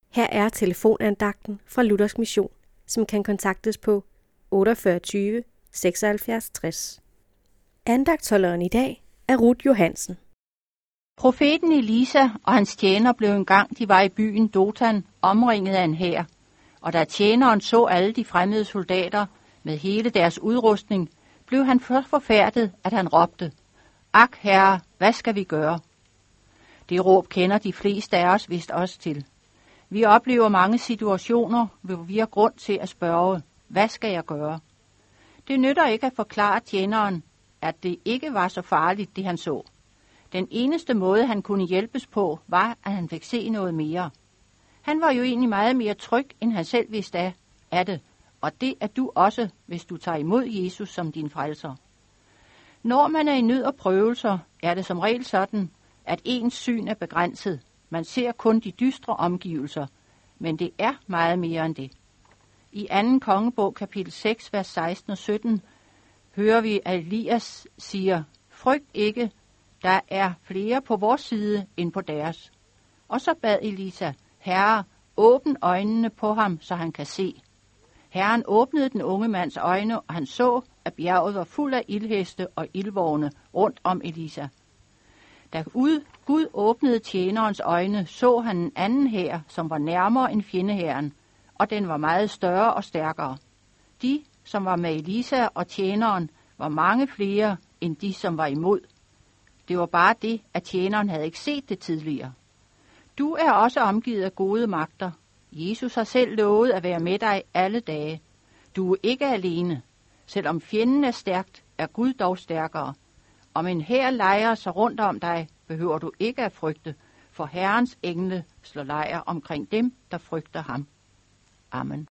Her er telefonandagten fra Luthersk Mission, som kan kontaktes på 48 76 60. Andagtholderen i dag er Ruth Johansen. Profeten Elisa og hans tjener blev engang, de var i byen Dothan, omringet af en hær. Og da tjeneren så alle de fremmede soldater med hele deres udrustning, blev han først forfærdet, at han råbte: "Ak, herre, hvad skal vi gøre?" Det råb kender de fleste af os vist også til. Vi oplever mange situationer, hvor vi har grund til at spørge: hvad skal jeg gøre? Det nytter ikke at forklare tjeneren, at det ikke var så farligt, det han så. Den eneste måde, han kunne hjælpes på, var, at han fik se noget mere. Han var jo egentlig meget mere tryg, end han selv vidste af det, og det er du også, hvis du tager imod Jesus som din frelser. Når man er i nød og prøvelser, er det som regel sådan, at ens syn er begrænset. Man ser kun de dystre omgivelser, men det er meget mere end det. I 2. kongebog, kapitel 6, vers 16 og 17, hører vi, at Elias siger: "Frygt ikke, der er flere på vores side end på deres." Og så bad Elisa: "Herre, åbn øjnene på ham, så han kan se." Herren åbnede den unge mands øjne, og han så, at bjerget var fuld af ildheste og ildvogne rundt om Elisa. Da Gud åbnede tjenerens øjne, så han en anden hær, som var nærmere end fjendehæren, og den var meget større og stærkere. De, som var med Elisa og tjeneren, var mange flere end de, som var imod. Det var bare det, at tjeneren havde ikke set det tidligere. Du er også omgivet af gode magter. Jesus har selv lovet at være med dig alle dage. Du er ikke alene. Selvom fjenden er stærkt, er Gud dog stærkere. Om en hær lejrer sig rundt om dig, behøver du ikke at frygte, for Herrens engle slår lejr omkring dem, der frygter ham. Amen.